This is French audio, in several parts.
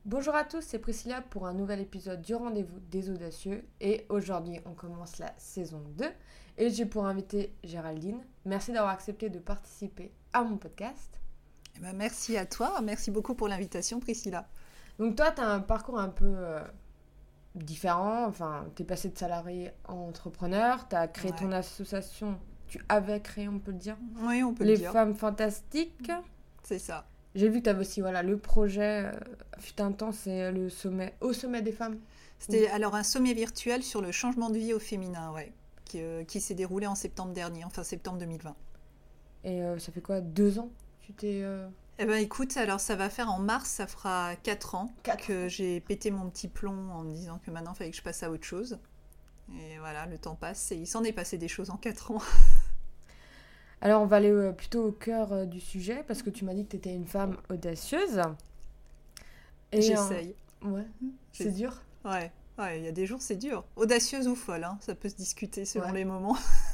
Bonjour à tous, c'est Priscilla pour un nouvel épisode du Rendez-vous des Audacieux. Et aujourd'hui, on commence la saison 2. Et j'ai pour invité Géraldine. Merci d'avoir accepté de participer à mon podcast. Merci à toi, merci beaucoup pour l'invitation Priscilla. Donc toi, tu as un parcours un peu différent. Enfin, tu es passé de salarié à entrepreneur. Tu as créé ton Ouais. association. Tu avais créé, on peut le dire, Oui, on peut le Les dire, Femmes Fantastiques. c'est ça. J'ai vu que tu avais aussi le projet, fut un temps, c'est le sommet, au sommet des femmes. C'était alors un sommet virtuel sur le changement de vie au féminin, ouais, qui s'est déroulé en septembre dernier, enfin septembre 2020. Et ça fait quoi, 2 ans tu t'es... Eh ben écoute, alors ça va faire en mars, ça fera 4 ans 4 que ans. j'ai pété mon petit plomb en me disant que maintenant il fallait que je passe à autre chose. Et voilà, le temps passe et il s'en est passé des choses en 4 ans. Alors on va aller plutôt au cœur du sujet parce que tu m'as dit que tu étais une femme audacieuse. Et J'essaye. ouais, c'est J'essaye. dur. Ouais, ouais, il y a des jours c'est dur. Audacieuse ou folle, hein, ça peut se discuter selon Ouais. les moments.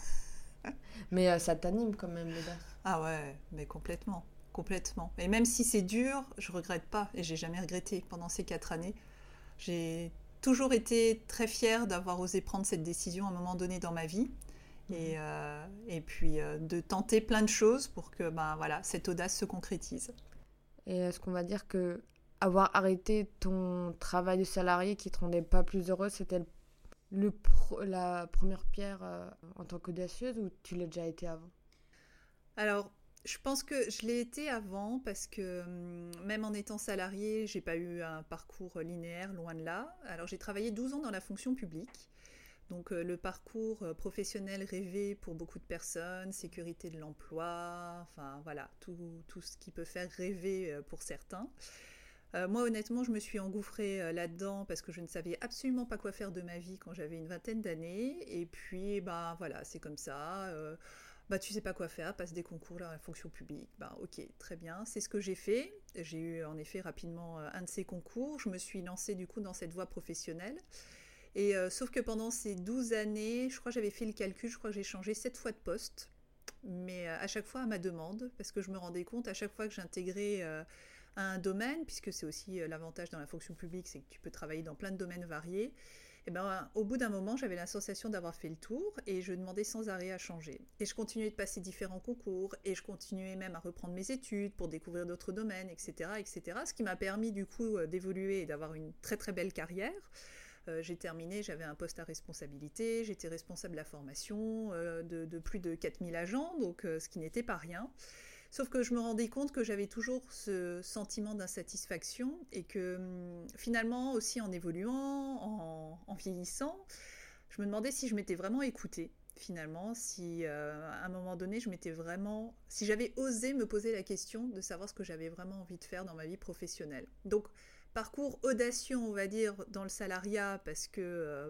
Mais ça t'anime quand même l'audace. Ah ouais, mais complètement, complètement. Et même si c'est dur, je regrette pas et j'ai jamais regretté pendant ces 4 années. J'ai toujours été très fière d'avoir osé prendre cette décision à un moment donné dans ma vie et puis de tenter plein de choses pour que ben voilà cette audace se concrétise. Et est-ce qu'on va dire que avoir arrêté ton travail de salarié qui te rendait pas plus heureuse, c'était la première pierre en tant qu'audacieuse ou tu l'as déjà été avant? Alors je pense que je l'ai été avant parce que même en étant salariée, j'ai pas eu un parcours linéaire, loin de là. Alors j'ai travaillé 12 ans dans la fonction publique. Donc le parcours professionnel rêvé pour beaucoup de personnes, sécurité de l'emploi, enfin voilà, tout ce qui peut faire rêver pour certains. Moi honnêtement, je me suis engouffrée là-dedans parce que je ne savais absolument pas quoi faire de ma vie quand j'avais une vingtaine d'années. Et puis, bah voilà, c'est comme ça. Bah tu sais pas quoi faire, passe des concours dans la fonction publique. Bah ok, très bien, c'est ce que j'ai fait. J'ai eu en effet rapidement un de ces concours. Je me suis lancée du coup dans cette voie professionnelle. Et sauf que pendant ces 12 années, je crois que j'avais fait le calcul, je crois que j'ai changé 7 fois de poste, mais à chaque fois à ma demande, parce que je me rendais compte à chaque fois que j'intégrais un domaine, puisque c'est aussi l'avantage dans la fonction publique, c'est que tu peux travailler dans plein de domaines variés, et ben, au bout d'un moment, j'avais la sensation d'avoir fait le tour et je demandais sans arrêt à changer. Et je continuais de passer différents concours et je continuais même à reprendre mes études pour découvrir d'autres domaines, etc., etc. Ce qui m'a permis du coup d'évoluer et d'avoir une très très belle carrière. J'ai terminé, j'avais un poste à responsabilité, j'étais responsable de la formation de plus de 4000 agents, donc ce qui n'était pas rien. Sauf que je me rendais compte que j'avais toujours ce sentiment d'insatisfaction et que finalement aussi en évoluant, en vieillissant, je me demandais si je m'étais vraiment écoutée finalement, si à un moment donné si j'avais osé me poser la question de savoir ce que j'avais vraiment envie de faire dans ma vie professionnelle. Donc parcours audacieux, on va dire, dans le salariat parce que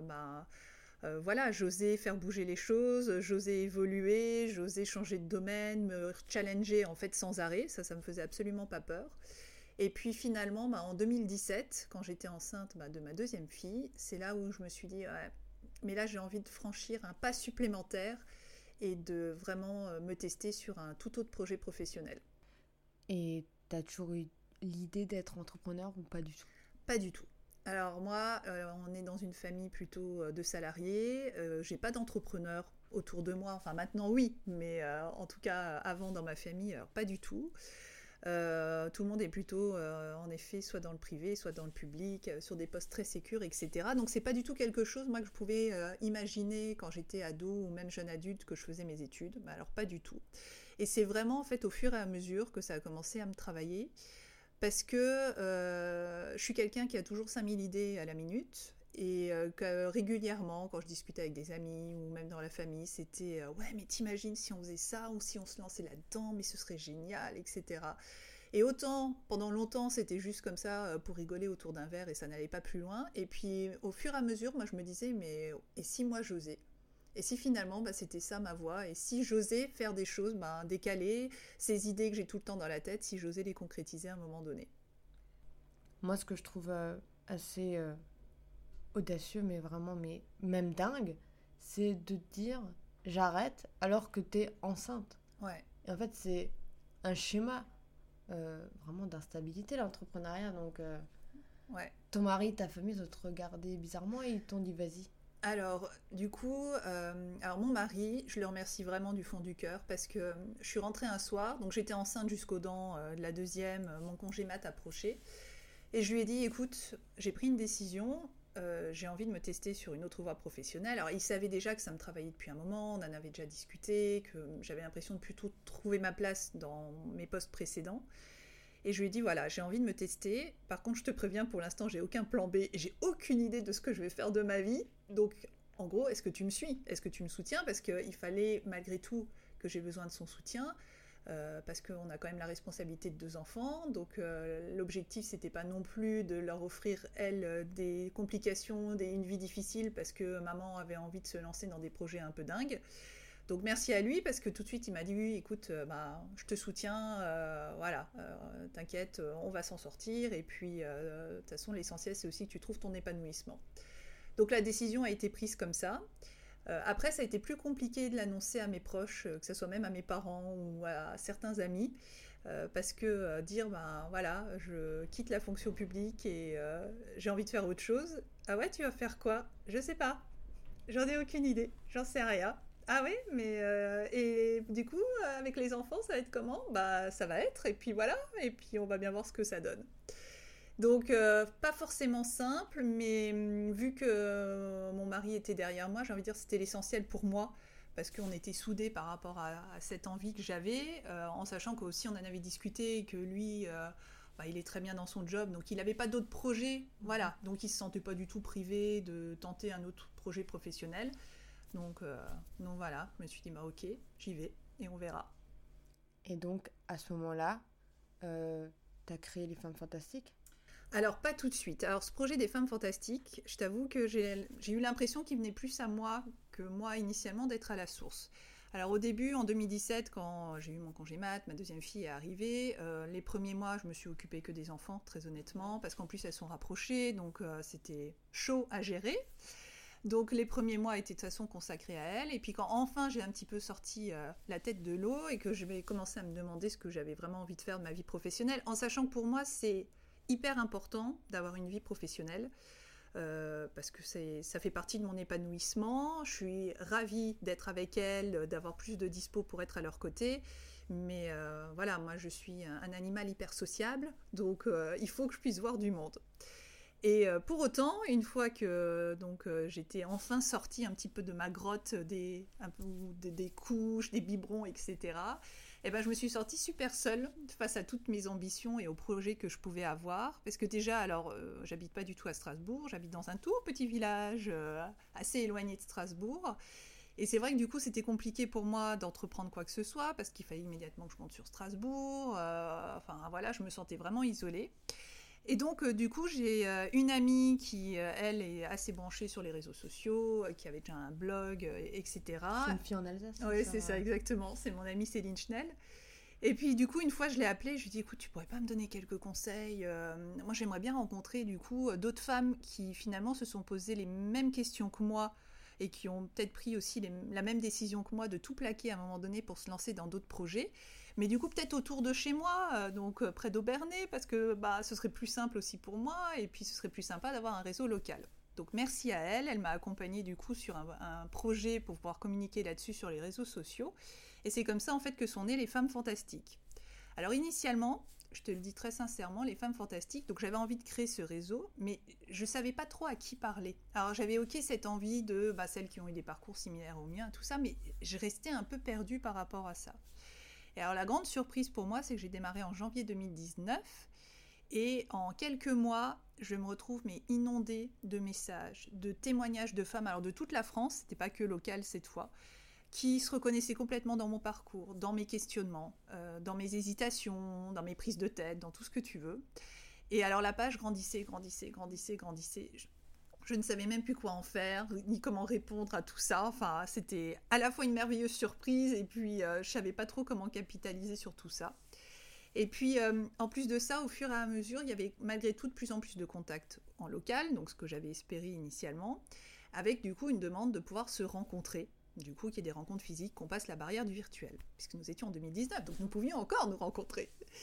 voilà, j'osais faire bouger les choses, j'osais évoluer, j'osais changer de domaine, me challenger en fait sans arrêt, ça me faisait absolument pas peur. Et puis finalement, en 2017, quand j'étais enceinte de ma deuxième fille, c'est là où je me suis dit, ouais, mais là j'ai envie de franchir un pas supplémentaire et de vraiment me tester sur un tout autre projet professionnel. Et t'as toujours eu l'idée d'être entrepreneur ou pas du tout? Pas du tout. Alors moi, on est dans une famille plutôt de salariés. J'ai pas d'entrepreneur autour de moi. Enfin maintenant oui, mais en tout cas avant dans ma famille, alors pas du tout. Tout le monde est plutôt en effet soit dans le privé, soit dans le public, sur des postes très sécures, etc. Donc c'est pas du tout quelque chose moi que je pouvais imaginer quand j'étais ado ou même jeune adulte que je faisais mes études. Mais alors pas du tout. Et c'est vraiment en fait au fur et à mesure que ça a commencé à me travailler parce que je suis quelqu'un qui a toujours 5000 idées à la minute et que régulièrement, quand je discutais avec des amis ou même dans la famille, c'était ouais, mais t'imagines si on faisait ça ou si on se lançait là-dedans, mais ce serait génial, etc. Et autant, pendant longtemps, c'était juste comme ça pour rigoler autour d'un verre et ça n'allait pas plus loin. Et puis, au fur et à mesure, moi, je me disais, mais et si moi j'osais? Et si finalement, c'était ça ma voie? Et si j'osais faire des choses, décaler ces idées que j'ai tout le temps dans la tête, si j'osais les concrétiser à un moment donné? Moi, ce que je trouve assez audacieux, mais vraiment, mais même dingue, c'est de te dire j'arrête alors que t'es enceinte. Ouais. Et en fait, c'est un schéma vraiment d'instabilité, l'entrepreneuriat. Donc, Ouais. Ton mari, ta famille, ils te regardaient bizarrement et ils t'ont dit vas-y. Alors, du coup, alors mon mari, je le remercie vraiment du fond du cœur parce que je suis rentrée un soir, donc j'étais enceinte jusqu'aux dents de la deuxième, mon congé mat approchait, et je lui ai dit, écoute, j'ai pris une décision, j'ai envie de me tester sur une autre voie professionnelle. Alors, il savait déjà que ça me travaillait depuis un moment, on en avait déjà discuté, que j'avais l'impression de plutôt trouver ma place dans mes postes précédents. Et je lui ai dit, voilà, j'ai envie de me tester. Par contre, je te préviens, pour l'instant, j'ai aucun plan B et j'ai aucune idée de ce que je vais faire de ma vie. Donc, en gros, est-ce que tu me suis? Est-ce que tu me soutiens? Parce qu'il fallait, malgré tout, que j'ai besoin de son soutien. Parce qu'on a quand même la responsabilité de 2 enfants. Donc, l'objectif, c'était pas non plus de leur offrir, elles, des complications, une vie difficile, parce que maman avait envie de se lancer dans des projets un peu dingues. Donc merci à lui parce que tout de suite il m'a dit oui, écoute, je te soutiens, voilà, t'inquiète, on va s'en sortir et puis de toute façon l'essentiel c'est aussi que tu trouves ton épanouissement. Donc la décision a été prise comme ça. Après ça a été plus compliqué de l'annoncer à mes proches, que ce soit même à mes parents ou à certains amis, parce que dire voilà, je quitte la fonction publique et j'ai envie de faire autre chose. Ah ouais, tu vas faire quoi? Je sais pas. J'en ai aucune idée, j'en sais rien. Ah oui, mais et du coup, avec les enfants, ça va être comment? Bah, ça va être, et puis voilà, et puis on va bien voir ce que ça donne. Donc, pas forcément simple, mais vu que mon mari était derrière moi, j'ai envie de dire c'était l'essentiel pour moi, parce qu'on était soudés par rapport à cette envie que j'avais, en sachant qu'aussi on en avait discuté, que lui, il est très bien dans son job, donc il n'avait pas d'autres projets, voilà, donc il se sentait pas du tout privé de tenter un autre projet professionnel. Donc voilà, je me suis dit, ok, j'y vais et on verra. Et donc, à ce moment-là, t'as créé les Femmes Fantastiques? Alors, pas tout de suite. Alors, ce projet des Femmes Fantastiques, je t'avoue que j'ai eu l'impression qu'il venait plus à moi que moi, initialement, d'être à la source. Alors, au début, en 2017, quand j'ai eu mon congé mat, ma deuxième fille est arrivée, les premiers mois, je me suis occupée que des enfants, très honnêtement, parce qu'en plus, elles sont rapprochées, donc c'était chaud à gérer. Donc les premiers mois étaient de toute façon consacrés à elle. Et puis quand enfin j'ai un petit peu sorti la tête de l'eau et que je vais commencer à me demander ce que j'avais vraiment envie de faire de ma vie professionnelle, en sachant que pour moi c'est hyper important d'avoir une vie professionnelle, parce que ça fait partie de mon épanouissement. Je suis ravie d'être avec elles, d'avoir plus de dispo pour être à leur côté. Mais voilà, moi je suis un animal hyper sociable, donc il faut que je puisse voir du monde. Et pour autant, une fois que j'étais enfin sortie un petit peu de ma grotte des couches, des biberons, etc., et ben, je me suis sentie super seule face à toutes mes ambitions et aux projets que je pouvais avoir. Parce que déjà, alors, j'habite pas du tout à Strasbourg, j'habite dans un tout petit village assez éloigné de Strasbourg. Et c'est vrai que du coup, c'était compliqué pour moi d'entreprendre quoi que ce soit, parce qu'il fallait immédiatement que je monte sur Strasbourg. Enfin voilà, je me sentais vraiment isolée. Et donc, du coup, j'ai une amie qui, elle, est assez branchée sur les réseaux sociaux, qui avait déjà un blog, etc. C'est une fille en Alsace. Oui, c'est ça, exactement. C'est mon amie Céline Schnell. Et puis, du coup, une fois, je l'ai appelée, je lui ai dit, écoute, tu pourrais pas me donner quelques conseils? Moi, j'aimerais bien rencontrer, du coup, d'autres femmes qui, finalement, se sont posées les mêmes questions que moi et qui ont peut-être pris aussi la même décision que moi de tout plaquer à un moment donné pour se lancer dans d'autres projets. Mais du coup, peut-être autour de chez moi, donc près d'Aubernay, parce que ce serait plus simple aussi pour moi, et puis ce serait plus sympa d'avoir un réseau local. Donc merci à elle, elle m'a accompagnée du coup sur un projet pour pouvoir communiquer là-dessus sur les réseaux sociaux. Et c'est comme ça en fait que sont nées les Femmes Fantastiques. Alors initialement, je te le dis très sincèrement, les Femmes Fantastiques, donc j'avais envie de créer ce réseau, mais je ne savais pas trop à qui parler. Alors j'avais cette envie de celles qui ont eu des parcours similaires au mien, tout ça, mais je restais un peu perdue par rapport à ça. Et alors la grande surprise pour moi, c'est que j'ai démarré en janvier 2019 et en quelques mois, je me retrouve inondée de messages, de témoignages de femmes, alors de toute la France, c'était pas que local cette fois, qui se reconnaissaient complètement dans mon parcours, dans mes questionnements, dans mes hésitations, dans mes prises de tête, dans tout ce que tu veux. Et alors la page grandissait, grandissait, grandissait, grandissait. Je ne savais même plus quoi en faire, ni comment répondre à tout ça. Enfin, c'était à la fois une merveilleuse surprise et puis je ne savais pas trop comment capitaliser sur tout ça. Et puis, en plus de ça, au fur et à mesure, il y avait malgré tout de plus en plus de contacts en local, donc ce que j'avais espéré initialement, avec du coup une demande de pouvoir se rencontrer. Du coup, qu'il y ait des rencontres physiques, qu'on passe la barrière du virtuel, puisque nous étions en 2019, donc nous pouvions encore nous rencontrer.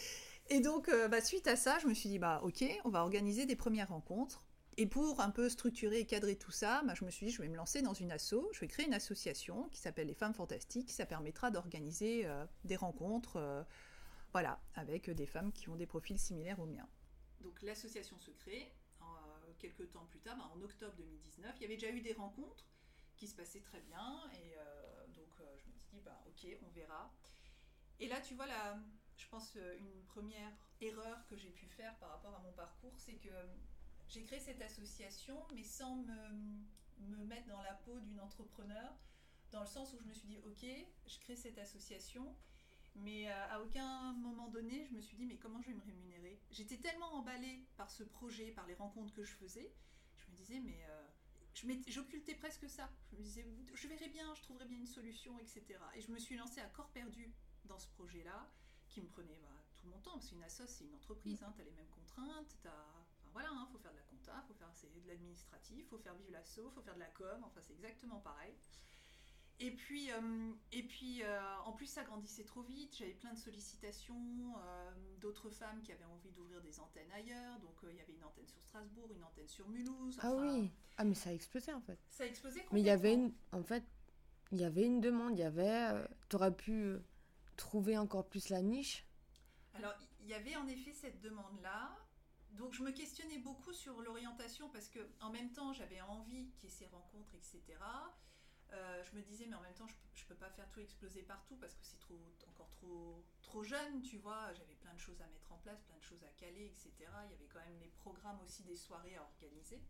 Et donc, suite à ça, je me suis dit, ok, on va organiser des premières rencontres. Et pour un peu structurer et cadrer tout ça, je me suis dit, je vais me lancer dans une asso. Je vais créer une association qui s'appelle Les Femmes Fantastiques. Ça permettra d'organiser des rencontres avec des femmes qui ont des profils similaires aux miens. Donc l'association se crée. Quelques temps plus tard, en octobre 2019, il y avait déjà eu des rencontres qui se passaient très bien. Et donc, je me suis dit, ok, on verra. Et là, tu vois, je pense une première erreur que j'ai pu faire par rapport à mon parcours, c'est que j'ai créé cette association, mais sans me mettre dans la peau d'une entrepreneur, dans le sens où je me suis dit, ok, je crée cette association, mais à aucun moment donné, je me suis dit, mais comment je vais me rémunérer ? J'étais tellement emballée par ce projet, par les rencontres que je faisais, je me disais, mais j'occultais presque ça. Je me disais, je verrai bien, je trouverai bien une solution, etc. Et je me suis lancée à corps perdu dans ce projet-là, qui me prenait tout mon temps, parce qu'une asso, c'est une entreprise, tu as les mêmes contraintes, faut faire de la compta, faut faire de l'administratif, faut faire vivre l'asso, faut faire de la com, c'est exactement pareil. Et puis, en plus, ça grandissait trop vite. J'avais plein de sollicitations d'autres femmes qui avaient envie d'ouvrir des antennes ailleurs. Donc, il y avait une antenne sur Strasbourg, une antenne sur Mulhouse. Ah oui. Ah, mais ça a explosé, en fait. Ça a explosé complètement. Mais il y avait une demande. T'aurais pu trouver encore plus la niche. Alors, il y avait en effet cette demande-là. Donc, je me questionnais beaucoup sur l'orientation parce que, en même temps, j'avais envie qu'il y ait ces rencontres, etc. Je me disais, mais en même temps, je peux pas faire tout exploser partout parce que c'est encore trop jeune, tu vois. J'avais plein de choses à mettre en place, plein de choses à caler, etc. Il y avait quand même les programmes aussi des soirées à organiser.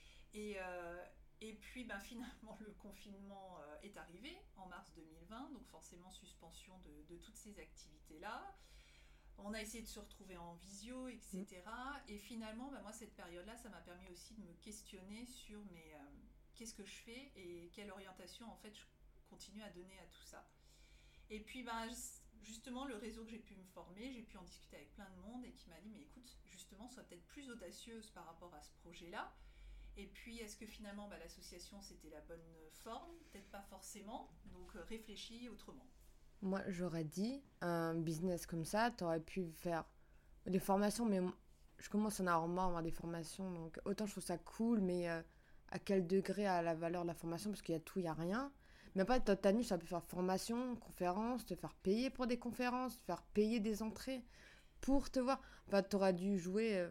Et puis, finalement, le confinement est arrivé en mars 2020, donc forcément suspension de toutes ces activités-là. On a essayé de se retrouver en visio, etc. Et finalement, moi, cette période-là, ça m'a permis aussi de me questionner sur qu'est-ce que je fais et quelle orientation, en fait, je continue à donner à tout ça. Et puis, justement, le réseau que j'ai pu me former, j'ai pu en discuter avec plein de monde et qui m'a dit, mais écoute, justement, sois peut-être plus audacieuse par rapport à ce projet-là. Et puis, est-ce que finalement, l'association, c'était la bonne forme ? Peut-être pas forcément. Donc, réfléchis autrement. Moi, j'aurais dit, un business comme ça, t'aurais pu faire des formations, mais je commence à en avoir marre des formations, donc autant je trouve ça cool, mais à quel degré à la valeur de la formation, parce qu'il y a tout, il y a rien. Mais après, ta niche, ça peut faire formation, conférence, te faire payer pour des conférences, te faire payer des entrées pour te voir. T'aurais dû jouer...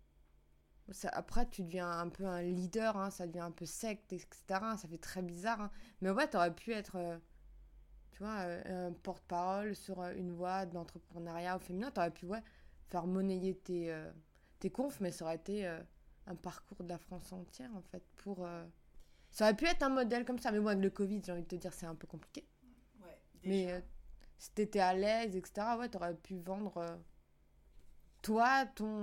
après, tu deviens un peu un leader, ça devient un peu secte, etc. Ça fait très bizarre. Mais ouais, t'aurais pu être... tu vois, un porte-parole sur une voie de l'entrepreneuriat au féminin, t'aurais pu faire monnayer tes confs, mais ça aurait été un parcours de la France entière, en fait, ça aurait pu être un modèle comme ça, mais moi, avec le Covid, j'ai envie de te dire, c'est un peu compliqué. Ouais, déjà. Mais si t'étais à l'aise, etc., t'aurais pu vendre toi,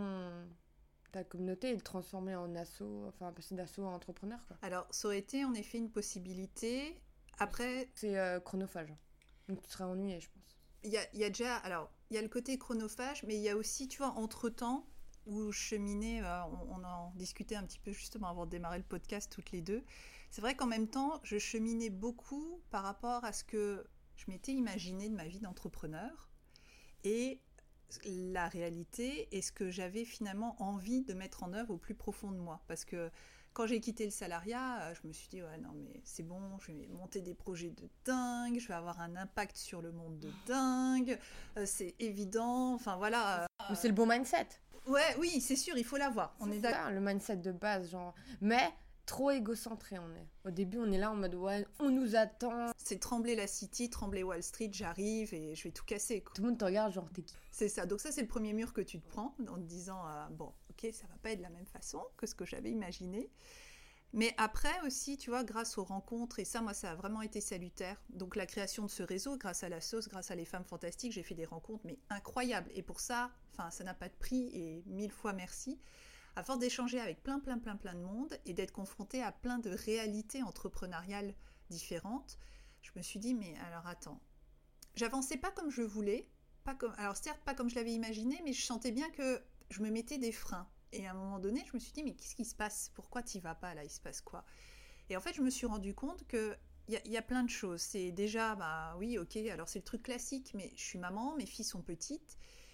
ta communauté et le transformer en passer d'asso à entrepreneur, quoi. Alors, ça aurait été en effet une possibilité. Après... C'est chronophage. Donc, tu serais ennuyé, je pense. Il y a déjà... Alors, il y a le côté chronophage, mais il y a aussi, tu vois, entre-temps, où je cheminais, on en discutait un petit peu justement avant de démarrer le podcast toutes les deux. C'est vrai qu'en même temps, je cheminais beaucoup par rapport à ce que je m'étais imaginé de ma vie d'entrepreneur et la réalité et ce que j'avais finalement envie de mettre en œuvre au plus profond de moi. Parce que quand j'ai quitté le salariat, je me suis dit, ouais, non, mais c'est bon, je vais monter des projets de dingue, je vais avoir un impact sur le monde de dingue, c'est évident, enfin voilà. Mais c'est le bon mindset. Ouais, oui, c'est sûr, il faut l'avoir. On est d'accord. Le mindset de base, genre. Mais trop égocentré, on est. Au début, on est là en mode, ouais, on nous attend. C'est trembler la City, trembler Wall Street, j'arrive et je vais tout casser, quoi. Tout le monde te regarde, genre, t'es qui ? C'est ça. Donc ça, c'est le premier mur que tu te prends en te disant, bon, ok, ça va pas être de la même façon que ce que j'avais imaginé. Mais après aussi, tu vois, grâce aux rencontres, et ça, moi, ça a vraiment été salutaire. Donc la création de ce réseau, grâce à la sauce, grâce à les femmes fantastiques, j'ai fait des rencontres, mais incroyables. Et pour ça, ça n'a pas de prix et 1000 fois merci. À force d'échanger avec plein de monde et d'être confrontée à plein de réalités entrepreneuriales différentes, je me suis dit, mais alors attends, j'avançais pas comme je voulais, alors certes pas comme je l'avais imaginé, mais je sentais bien que je me mettais des freins. Et à un moment donné, je me suis dit, mais qu'est-ce qui se passe ? Pourquoi t'y vas pas là ? Il se passe quoi ? Et en fait, je me suis rendu compte qu'il y a plein de choses. C'est déjà, oui, ok, alors c'est le truc classique, mais je suis maman, mes filles sont petites.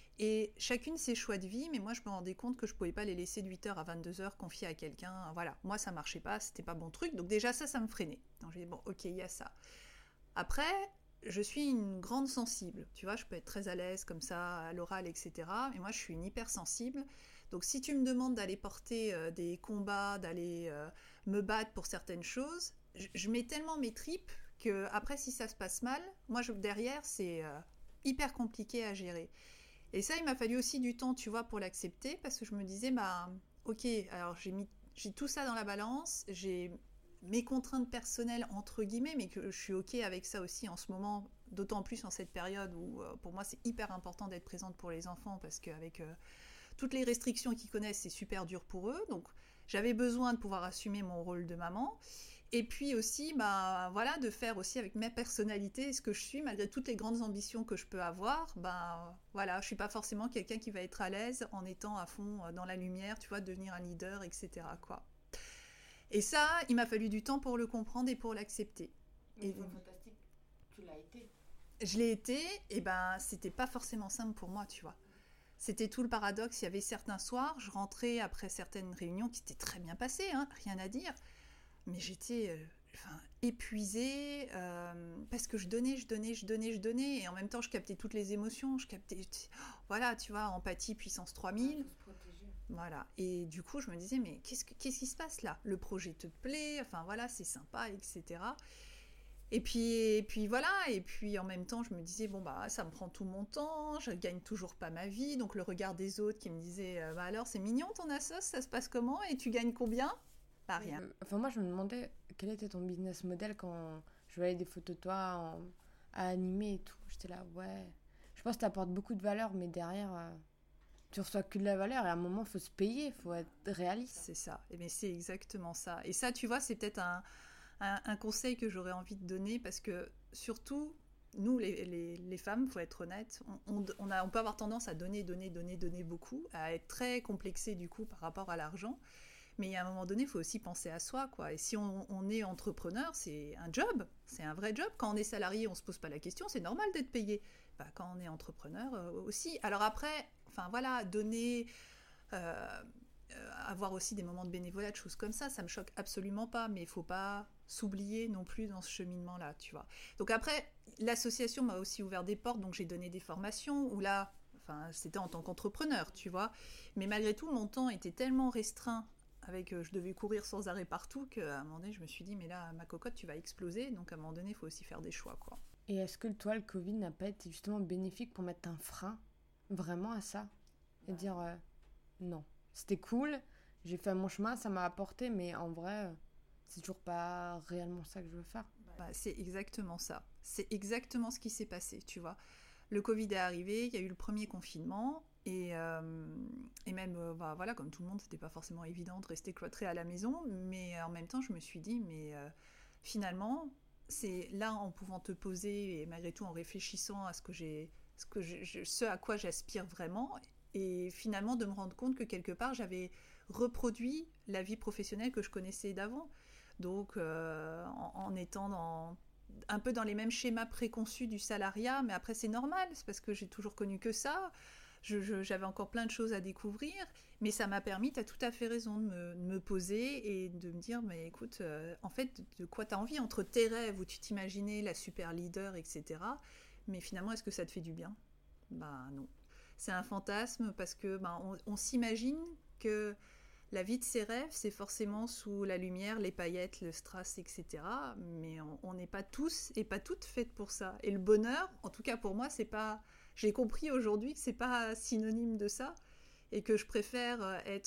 Et chacune ses choix de vie, mais moi je me rendais compte que je pouvais pas les laisser de 8h à 22h confiés à quelqu'un. Voilà, moi ça marchait pas, c'était pas bon truc. Donc déjà ça me freinait. Donc j'ai dit bon, ok, il y a ça. Après, je suis une grande sensible. Tu vois, je peux être très à l'aise comme ça, à l'oral, etc. Mais moi je suis une hypersensible. Donc si tu me demandes d'aller porter des combats, d'aller me battre pour certaines choses, je mets tellement mes tripes que après si ça se passe mal, moi derrière c'est hyper compliqué à gérer. Et ça, il m'a fallu aussi du temps, tu vois, pour l'accepter, parce que je me disais, bah, ok, alors j'ai tout ça dans la balance, j'ai mes contraintes personnelles, entre guillemets, mais que je suis ok avec ça aussi en ce moment, d'autant plus en cette période où, pour moi, c'est hyper important d'être présente pour les enfants, parce qu'avec toutes les restrictions qu'ils connaissent, c'est super dur pour eux, donc j'avais besoin de pouvoir assumer mon rôle de maman, et puis aussi, bah, voilà, de faire aussi avec ma personnalité ce que je suis, malgré toutes les grandes ambitions que je peux avoir. Bah, voilà, je suis pas forcément quelqu'un qui va être à l'aise en étant à fond dans la lumière, tu vois, devenir un leader, etc. quoi. Et ça, il m'a fallu du temps pour le comprendre et pour l'accepter. Et fantastique, tu l'as été. Je l'ai été, et ben, c'était pas forcément simple pour moi, tu vois. C'était tout le paradoxe. Il y avait certains soirs, je rentrais après certaines réunions qui s'étaient très bien passées, hein, rien à dire. Mais j'étais épuisée parce que je donnais, et en même temps je captais toutes les émotions, voilà, tu vois, empathie, puissance 3000. Il faut se protéger. Voilà, et du coup je me disais, mais qu'est-ce qui se passe là? Le projet te plaît, enfin voilà, c'est sympa, etc. Et puis voilà, et puis en même temps je me disais, bon bah ça me prend tout mon temps, je gagne toujours pas ma vie, donc le regard des autres qui me disaient, bah alors c'est mignon ton assos, ça se passe comment et tu gagnes combien? Pas rien. Enfin, moi, je me demandais quel était ton business model quand je voyais des photos de toi à animer et tout. J'étais là, ouais. Je pense que tu apportes beaucoup de valeur, mais derrière, tu reçois que de la valeur et à un moment, il faut se payer, il faut être réaliste. C'est ça, mais c'est exactement ça. Et ça, tu vois, c'est peut-être un conseil que j'aurais envie de donner parce que surtout, nous, les femmes, faut être honnête, on peut avoir tendance à donner beaucoup, à être très complexé du coup par rapport à l'argent. Mais à un moment donné, il faut aussi penser à soi, quoi. Et si on est entrepreneur, c'est un job, c'est un vrai job. Quand on est salarié, on se pose pas la question, c'est normal d'être payé. Bah, quand on est entrepreneur aussi. Alors après, enfin voilà, donner, euh, avoir aussi des moments de bénévolat, de choses comme ça me choque absolument pas. Mais il faut pas s'oublier non plus dans ce cheminement-là, tu vois. Donc après, l'association m'a aussi ouvert des portes, donc j'ai donné des formations où là, enfin, c'était en tant qu'entrepreneur, tu vois. Mais malgré tout, mon temps était tellement restreint je devais courir sans arrêt partout qu'à un moment donné, je me suis dit, mais là, ma cocotte, tu vas exploser. Donc à un moment donné, il faut aussi faire des choix, quoi. Et est-ce que toi, le Covid n'a pas été justement bénéfique pour mettre un frein vraiment à ça et dire non, c'était cool, j'ai fait mon chemin, ça m'a apporté, mais en vrai, c'est toujours pas réellement ça que je veux faire. Bah, c'est exactement ça. C'est exactement ce qui s'est passé, tu vois. Le Covid est arrivé, il y a eu le premier confinement. Et même, bah, voilà, comme tout le monde, c'était pas forcément évident de rester cloîtré à la maison, mais en même temps, je me suis dit, mais finalement, c'est là en pouvant te poser et malgré tout en réfléchissant à ce à quoi j'aspire vraiment, et finalement de me rendre compte que quelque part, j'avais reproduit la vie professionnelle que je connaissais d'avant. Donc, en étant un peu dans les mêmes schémas préconçus du salariat, mais après c'est normal, c'est parce que j'ai toujours connu que ça. J'avais encore plein de choses à découvrir, mais ça m'a permis, tu as tout à fait raison, de me poser et de me dire, mais écoute, en fait, de quoi tu as envie entre tes rêves où tu t'imaginais la super leader, etc. Mais finalement, est-ce que ça te fait du bien? Bah non. C'est un fantasme parce que on s'imagine que la vie de ses rêves, c'est forcément sous la lumière, les paillettes, le strass, etc. Mais on n'est pas tous et pas toutes faites pour ça. Et le bonheur, en tout cas pour moi, c'est pas... J'ai compris aujourd'hui que c'est pas synonyme de ça et que je préfère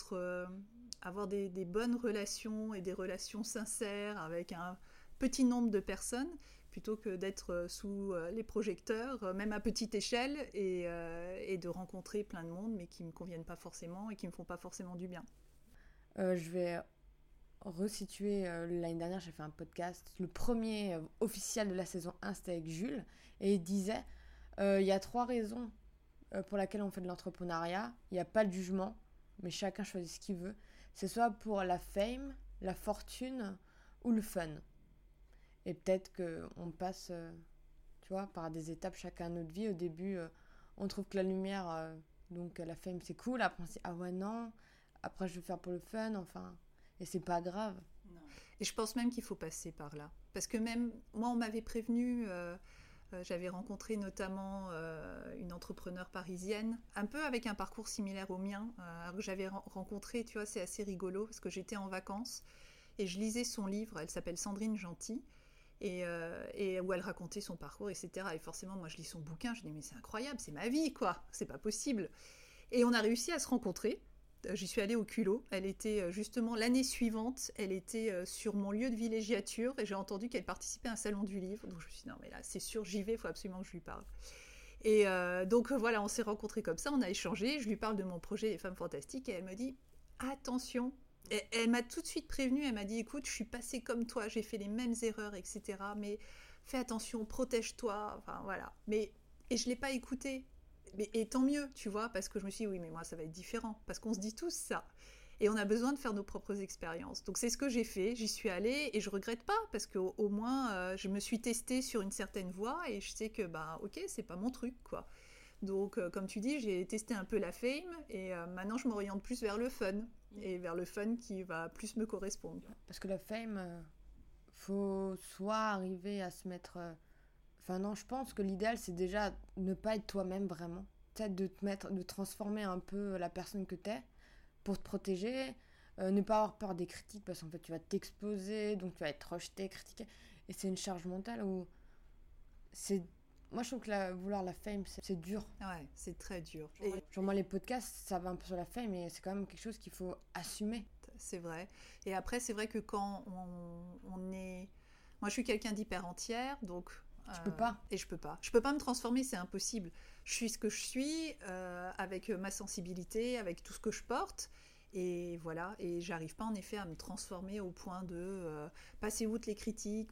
avoir des bonnes relations et des relations sincères avec un petit nombre de personnes plutôt que d'être sous les projecteurs, même à petite échelle, et de rencontrer plein de monde mais qui me conviennent pas forcément et qui me font pas forcément du bien. Je vais resituer, l'année dernière, j'ai fait un podcast, le premier officiel de la saison 1, c'était avec Jules, et il disait, il y a 3 raisons pour lesquelles on fait de l'entrepreneuriat. Il n'y a pas de jugement, mais chacun choisit ce qu'il veut. C'est soit pour la fame, la fortune ou le fun. Et peut-être qu'on passe, tu vois, par des étapes chacun de notre vie. Au début, on trouve que la lumière, Donc la fame, c'est cool. Après, on se dit, ah ouais, non. Après, je vais faire pour le fun, enfin. Et c'est pas grave. Non. Et je pense même qu'il faut passer par là. Parce que même, moi, on m'avait prévenu, j'avais rencontré notamment une entrepreneure parisienne, un peu avec un parcours similaire au mien, que j'avais rencontré, tu vois, c'est assez rigolo, parce que j'étais en vacances, et je lisais son livre, elle s'appelle Sandrine Gentil, et où elle racontait son parcours, etc. Et forcément, moi, je lis son bouquin, je dis, mais c'est incroyable, c'est ma vie, quoi, c'est pas possible. Et on a réussi à se rencontrer. J'y suis allée au culot. Elle était justement l'année suivante, elle était sur mon lieu de villégiature et j'ai entendu qu'elle participait à un salon du livre. Donc je me suis dit, non mais là c'est sûr, j'y vais, il faut absolument que je lui parle. Et donc voilà, on s'est rencontrés comme ça, on a échangé, je lui parle de mon projet Les Femmes Fantastiques et elle me dit, attention. Et elle m'a tout de suite prévenue, elle m'a dit, écoute, je suis passée comme toi, j'ai fait les mêmes erreurs, etc. Mais fais attention, protège-toi, enfin voilà. Et je ne l'ai pas écoutée. Et tant mieux, tu vois, parce que je me suis dit, oui, mais moi, ça va être différent. Parce qu'on se dit tous ça. Et on a besoin de faire nos propres expériences. Donc, c'est ce que j'ai fait. J'y suis allée et je regrette pas parce qu'au moins, je me suis testée sur une certaine voie et je sais que, bah, ok, c'est pas mon truc, quoi. Donc, comme tu dis, j'ai testé un peu la fame et maintenant, je m'oriente plus vers le fun. Et vers le fun qui va plus me correspondre. Parce que la fame, faut soit arriver à se mettre... Enfin non, je pense que l'idéal, c'est déjà ne pas être toi-même vraiment. Peut-être de transformer un peu la personne que t'es pour te protéger. Ne pas avoir peur des critiques parce qu'en fait, tu vas t'exposer, donc tu vas être rejeté, critiqué. Et c'est une charge mentale où c'est... Moi, je trouve que vouloir la fame, c'est dur. Ouais, c'est très dur. Genre, moi, les podcasts, ça va un peu sur la fame, mais c'est quand même quelque chose qu'il faut assumer. C'est vrai. Et après, c'est vrai que quand on est... Moi, je suis quelqu'un d'hyper entière, donc... Tu peux pas. Et je peux pas. Je peux pas me transformer, c'est impossible. Je suis ce que je suis, avec ma sensibilité, avec tout ce que je porte. Et voilà. Et j'arrive pas, en effet, à me transformer au point de passer outre les critiques,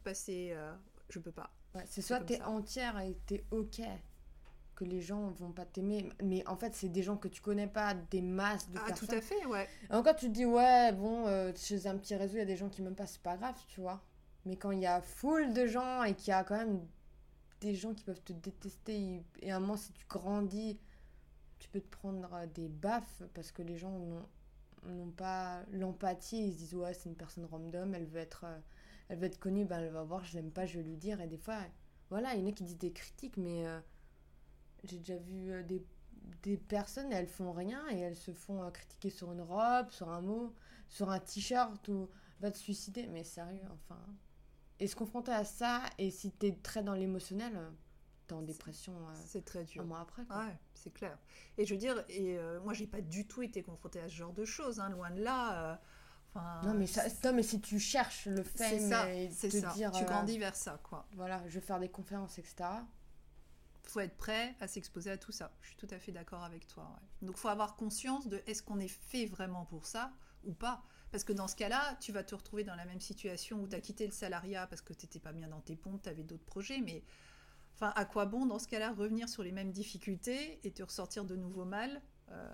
je peux pas. Ouais, c'est soit t'es entière et t'es ok que les gens vont pas t'aimer, mais en fait c'est des gens que tu connais pas, des masses de personnes. Ah tout à fait, ouais. Et encore tu te dis ouais bon, chez un petit réseau il y a des gens qui m'aiment pas, c'est pas grave, tu vois. Mais quand il y a foule de gens et qu'il y a quand même des gens qui peuvent te détester et à un moment si tu grandis, tu peux te prendre des baffes parce que les gens n'ont pas l'empathie, ils se disent ouais c'est une personne random, elle veut être connue, ben elle va voir, je l'aime pas, je vais lui dire. Et des fois, voilà, il y en a qui disent des critiques, mais j'ai déjà vu des personnes, elles font rien et elles se font critiquer sur une robe, sur un mot, sur un t-shirt ou va te suicider. Mais sérieux, enfin. Et se confronter à ça, et si t'es très dans l'émotionnel, t'es en dépression c'est très dur. Un mois après. Quoi. Ouais, c'est clair. Et je veux dire, moi j'ai pas du tout été confrontée à ce genre de choses, hein, loin de là. Non mais si tu cherches le fame c'est ça. Dire tu grandis vers ça quoi. Voilà, je vais faire des conférences etc. Faut être prêt à s'exposer à tout ça. Je suis tout à fait d'accord avec toi. Ouais. Donc faut avoir conscience de est-ce qu'on est fait vraiment pour ça ou pas. Parce que dans ce cas-là, tu vas te retrouver dans la même situation où tu as quitté le salariat parce que tu n'étais pas bien dans tes pompes, tu avais d'autres projets, mais enfin, à quoi bon dans ce cas-là revenir sur les mêmes difficultés et te ressortir de nouveau mal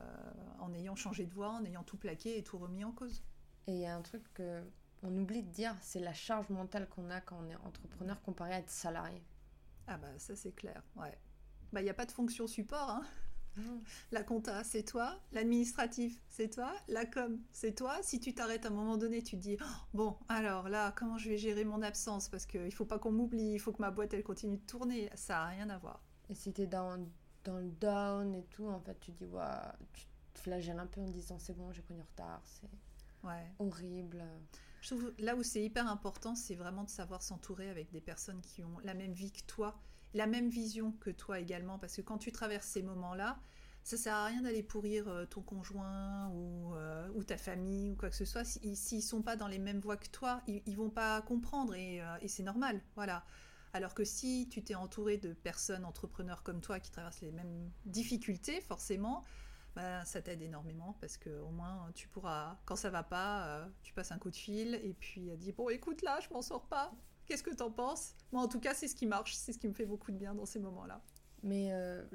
en ayant changé de voie, en ayant tout plaqué et tout remis en cause. Et il y a un truc qu'on oublie de dire, c'est la charge mentale qu'on a quand on est entrepreneur comparé à être salarié. Ah bah ça c'est clair, ouais. Bah il n'y a pas de fonction support, hein. La compta, c'est toi. L'administratif, c'est toi. La com, c'est toi. Si tu t'arrêtes à un moment donné, tu te dis bon, alors là, comment je vais gérer mon absence parce qu'il faut pas qu'on m'oublie, il faut que ma boîte elle continue de tourner. Ça n'a rien à voir. Et si t'es dans le down et tout, en fait, tu dis tu te flagelles un peu en disant c'est bon, j'ai pris du retard, c'est horrible. Je trouve là où c'est hyper important, c'est vraiment de savoir s'entourer avec des personnes qui ont la même vie que toi, la même vision que toi également, parce que quand tu traverses ces moments-là, ça sert à rien d'aller pourrir ton conjoint ou ta famille ou quoi que ce soit. S'ils sont pas dans les mêmes voies que toi, ils vont pas comprendre et c'est normal, voilà. Alors que si tu t'es entouré de personnes entrepreneurs comme toi qui traversent les mêmes difficultés, forcément, bah, ça t'aide énormément parce que au moins tu pourras, quand ça va pas, tu passes un coup de fil et puis elle dit bon écoute là je m'en sors pas, qu'est-ce que t'en penses? Moi en tout cas c'est ce qui marche, c'est ce qui me fait beaucoup de bien dans ces moments-là. Mais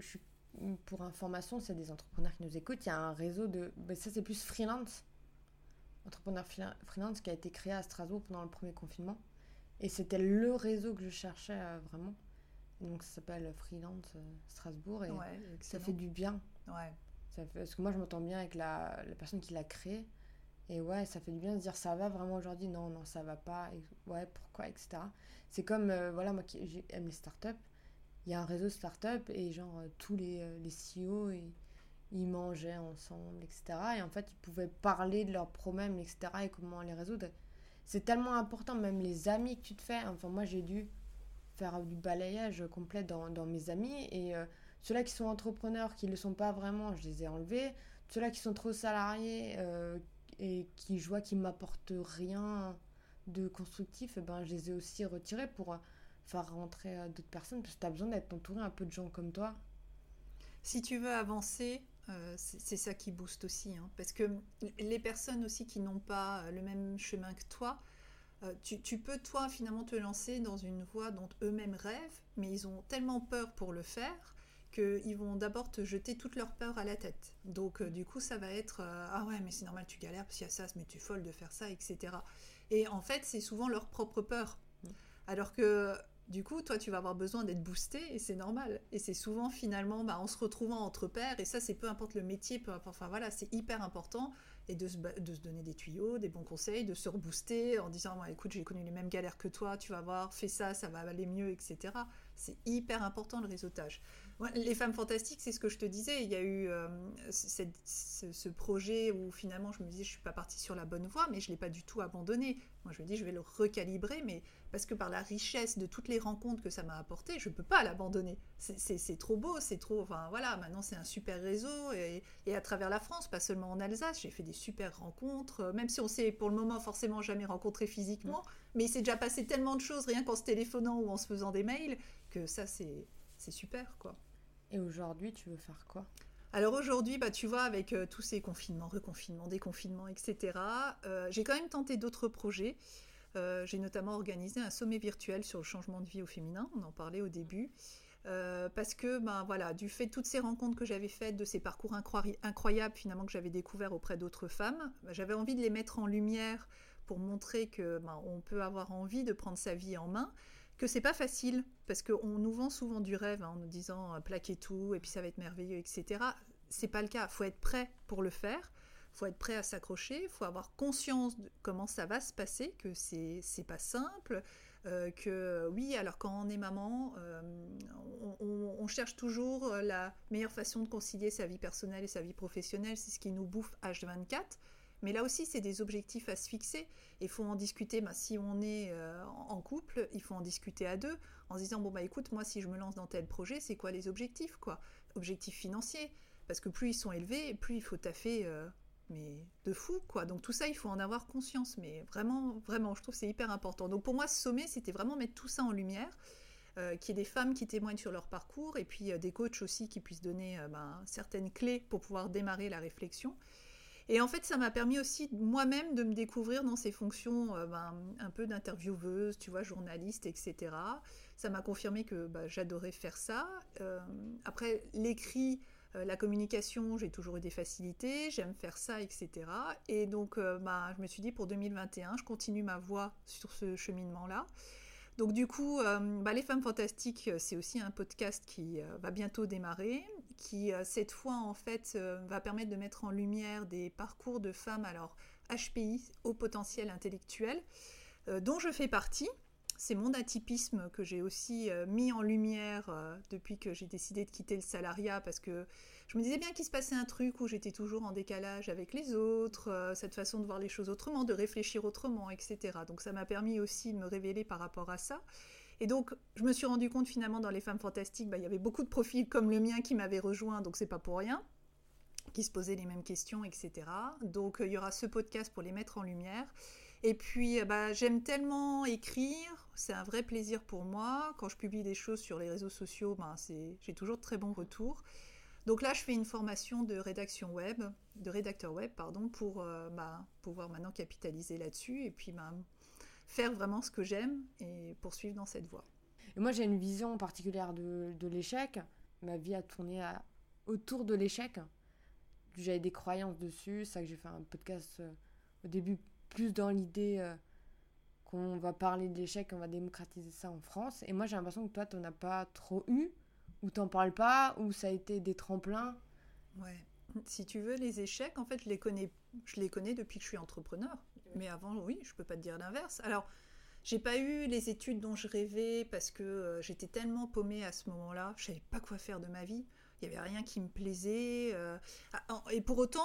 pour information, c'est des entrepreneurs qui nous écoutent, il y a un réseau ça c'est plus freelance, entrepreneur freelance qui a été créé à Strasbourg pendant le premier confinement et c'était le réseau que je cherchais vraiment. Et donc ça s'appelle Freelance Strasbourg et ça fait du bien. Ouais. Parce que moi, je m'entends bien avec la personne qui l'a créé. Et ouais, ça fait du bien de se dire ça va vraiment aujourd'hui, non, non, ça va pas, et ouais, pourquoi, etc. C'est comme, voilà, moi qui j'aime les startups, il y a un réseau startup et genre tous les CEO, ils mangeaient ensemble, etc. Et en fait, ils pouvaient parler de leurs problèmes, etc. et comment les résoudre. C'est tellement important, même les amis que tu te fais. Enfin, moi, j'ai dû faire du balayage complet dans mes amis. Et ceux-là qui sont entrepreneurs, qui ne le sont pas vraiment, je les ai enlevés. Ceux-là qui sont trop salariés et qui, je vois, qui ne m'apportent rien de constructif, eh ben, je les ai aussi retirés pour faire rentrer d'autres personnes. Parce que tu as besoin d'être entouré un peu de gens comme toi. Si tu veux avancer, c'est ça qui booste aussi, hein, parce que les personnes aussi qui n'ont pas le même chemin que toi, tu peux toi finalement te lancer dans une voie dont eux-mêmes rêvent, mais ils ont tellement peur pour le faire qu'ils vont d'abord te jeter toute leur peur à la tête. Donc du coup ça va être ah ouais mais c'est normal tu galères parce qu'il y a ça, mais tu es folle de faire ça, etc. Et en fait c'est souvent leur propre peur. Alors que du coup, toi, tu vas avoir besoin d'être boosté et c'est normal. Et c'est souvent finalement en se retrouvant entre pairs, et ça, c'est peu importe le métier, peu importe, enfin voilà, c'est hyper important. Et de se donner des tuyaux, des bons conseils, de se rebooster en disant ouais, écoute, j'ai connu les mêmes galères que toi, tu vas voir, fais ça, ça va aller mieux, etc. C'est hyper important le réseautage. Ouais, les femmes fantastiques, c'est ce que je te disais. Il y a eu ce projet où finalement je me disais je suis pas partie sur la bonne voie, mais je l'ai pas du tout abandonné. Moi, je me dis je vais le recalibrer, mais parce que par la richesse de toutes les rencontres que ça m'a apporté, je ne peux pas l'abandonner. C'est trop beau, c'est trop... Enfin voilà, maintenant c'est un super réseau, et à travers la France, pas seulement en Alsace, j'ai fait des super rencontres, même si on s'est pour le moment forcément jamais rencontrés physiquement, mais il s'est déjà passé tellement de choses rien qu'en se téléphonant ou en se faisant des mails, que ça c'est super quoi. Et aujourd'hui, tu veux faire quoi? Alors aujourd'hui, bah, tu vois, avec tous ces confinements, reconfinements, déconfinements, etc., j'ai quand même tenté d'autres projets. J'ai notamment organisé un sommet virtuel sur le changement de vie au féminin, on en parlait au début, parce que ben, voilà, du fait de toutes ces rencontres que j'avais faites, de ces parcours incroyables finalement que j'avais découverts auprès d'autres femmes, ben, j'avais envie de les mettre en lumière pour montrer que ben, on peut avoir envie de prendre sa vie en main, que c'est pas facile, parce qu'on nous vend souvent du rêve hein, en nous disant plaquez tout et puis ça va être merveilleux, etc. C'est pas le cas, il faut être prêt pour le faire. Il faut être prêt à s'accrocher, il faut avoir conscience de comment ça va se passer, que c'est pas simple, que oui, alors quand on est maman, on cherche toujours la meilleure façon de concilier sa vie personnelle et sa vie professionnelle, c'est ce qui nous bouffe H24. Mais là aussi, c'est des objectifs à se fixer. Il faut en discuter, bah, si on est en couple, il faut en discuter à deux, en se disant, bon, bah écoute, moi, si je me lance dans tel projet, c'est quoi les objectifs, quoi? Objectifs financiers, parce que plus ils sont élevés, plus il faut taffer mais de fou quoi. Donc tout ça il faut en avoir conscience, mais vraiment vraiment je trouve que c'est hyper important. Donc pour moi ce sommet c'était vraiment mettre tout ça en lumière, qu'il y ait des femmes qui témoignent sur leur parcours et puis des coachs aussi qui puissent donner certaines clés pour pouvoir démarrer la réflexion. Et en fait ça m'a permis aussi moi-même de me découvrir dans ces fonctions un peu d'intervieweuse, tu vois, journaliste, etc. Ça m'a confirmé que j'adorais faire ça. Après l'écrit, la communication, j'ai toujours eu des facilités, j'aime faire ça, etc. Et donc, je me suis dit, pour 2021, je continue ma voie sur ce cheminement-là. Donc, du coup, Les Femmes Fantastiques, c'est aussi un podcast qui va bientôt démarrer, qui, cette fois, en fait, va permettre de mettre en lumière des parcours de femmes, alors HPI, haut potentiel intellectuel, dont je fais partie. C'est mon atypisme que j'ai aussi mis en lumière depuis que j'ai décidé de quitter le salariat, parce que je me disais bien qu'il se passait un truc où j'étais toujours en décalage avec les autres, cette façon de voir les choses autrement, de réfléchir autrement, etc. Donc ça m'a permis aussi de me révéler par rapport à ça. Et donc je me suis rendu compte finalement dans les femmes fantastiques, il y avait beaucoup de profils comme le mien qui m'avaient rejoint, donc c'est pas pour rien, qui se posaient les mêmes questions, etc. Donc il y aura ce podcast pour les mettre en lumière. Et puis, j'aime tellement écrire, c'est un vrai plaisir pour moi. Quand je publie des choses sur les réseaux sociaux, j'ai toujours de très bons retours. Donc là, je fais une formation de rédaction web, de rédacteur web, pardon, pour pouvoir maintenant capitaliser là-dessus et puis faire vraiment ce que j'aime et poursuivre dans cette voie. Et moi, j'ai une vision particulière de l'échec. Ma vie a tourné autour de l'échec. J'avais des croyances dessus. C'est ça que j'ai fait un podcast au début, plus dans l'idée qu'on va parler de l'échec, qu'on va démocratiser ça en France. Et moi, j'ai l'impression que toi, t'en as pas trop eu, ou t'en parles pas, ou ça a été des tremplins. Ouais. Si tu veux, les échecs, en fait, je les connais depuis que je suis entrepreneur. Mais avant, oui, je peux pas te dire l'inverse. Alors, j'ai pas eu les études dont je rêvais parce que j'étais tellement paumée à ce moment-là. Je savais pas quoi faire de ma vie. Il y avait rien qui me plaisait. Et pour autant,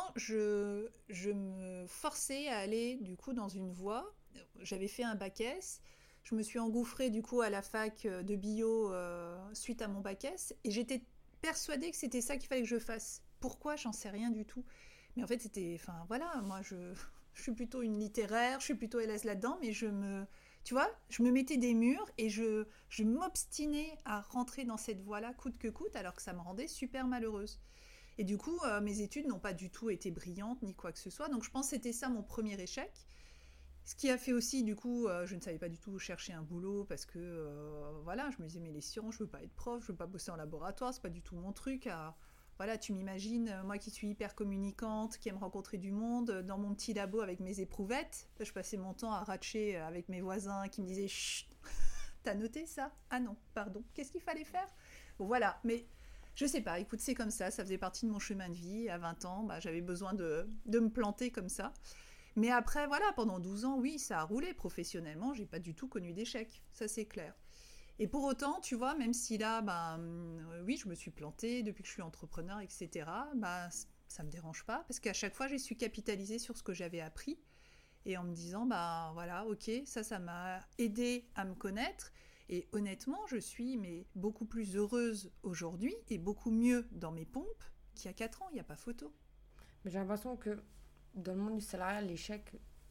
je me forçais à aller du coup dans une voie. J'avais fait un bac S. Je me suis engouffrée du coup à la fac de bio suite à mon bac S. Et j'étais persuadée que c'était ça qu'il fallait que je fasse. Pourquoi? J'en sais rien du tout. Mais en fait, enfin voilà, moi je suis plutôt une littéraire, je suis plutôt à l'aise là-dedans, mais tu vois, je me mettais des murs et je m'obstinais à rentrer dans cette voie-là coûte que coûte, alors que ça me rendait super malheureuse. Et du coup, mes études n'ont pas du tout été brillantes ni quoi que ce soit, donc je pense que c'était ça mon premier échec. Ce qui a fait aussi, du coup, je ne savais pas du tout chercher un boulot parce que, voilà, je me disais, mais les sciences, je veux pas être prof, je veux pas bosser en laboratoire, c'est pas du tout mon truc. Voilà, tu m'imagines, moi qui suis hyper communicante, qui aime rencontrer du monde, dans mon petit labo avec mes éprouvettes, je passais mon temps à ratcher avec mes voisins qui me disaient, chut, t'as noté ça? Ah non, pardon, qu'est-ce qu'il fallait faire? Bon, voilà, mais je sais pas, écoute, c'est comme ça faisait partie de mon chemin de vie. À 20 ans, j'avais besoin de me planter comme ça. Mais après, voilà, pendant 12 ans, oui, ça a roulé professionnellement, j'ai pas du tout connu d'échec, ça c'est clair. Et pour autant, tu vois, même si là, oui, je me suis plantée depuis que je suis entrepreneur, etc., ça me dérange pas, parce qu'à chaque fois, j'ai su capitaliser sur ce que j'avais appris, et en me disant, voilà, ok, ça m'a aidé à me connaître, et honnêtement, je suis beaucoup plus heureuse aujourd'hui, et beaucoup mieux dans mes pompes qu'il y a 4 ans, il n'y a pas photo. Mais j'ai l'impression que dans le monde du salariat, l'échec,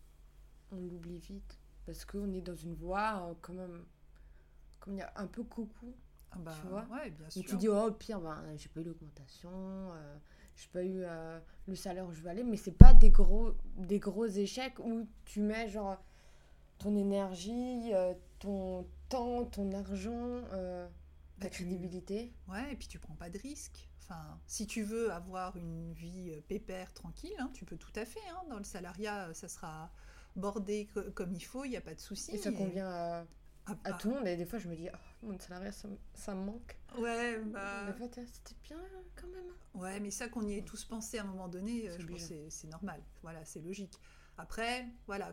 on l'oublie vite. Parce qu'on est dans une voie quand même, comme il y a un peu coucou, tu vois. Ouais, bien sûr. Et tu dis, oh, au pire, j'ai pas eu l'augmentation, j'ai pas eu le salaire où je veux aller, mais c'est pas des gros échecs où tu mets genre ton énergie, ton temps, ton argent, ta crédibilité. Ouais, et puis tu prends pas de risques. Enfin, si tu veux avoir une vie pépère, tranquille, hein, tu peux tout à fait. Hein. Dans le salariat, ça sera bordé comme il faut, il n'y a pas de souci. Et ça convient à tout le monde. Et des fois, je me dis, oh, mon salariat, ça me manque. Ouais, des fois, c'était bien quand même. Ouais, mais ça qu'on y ait tous pensé à un moment donné, je pense que c'est normal. Voilà, c'est logique. Après, voilà,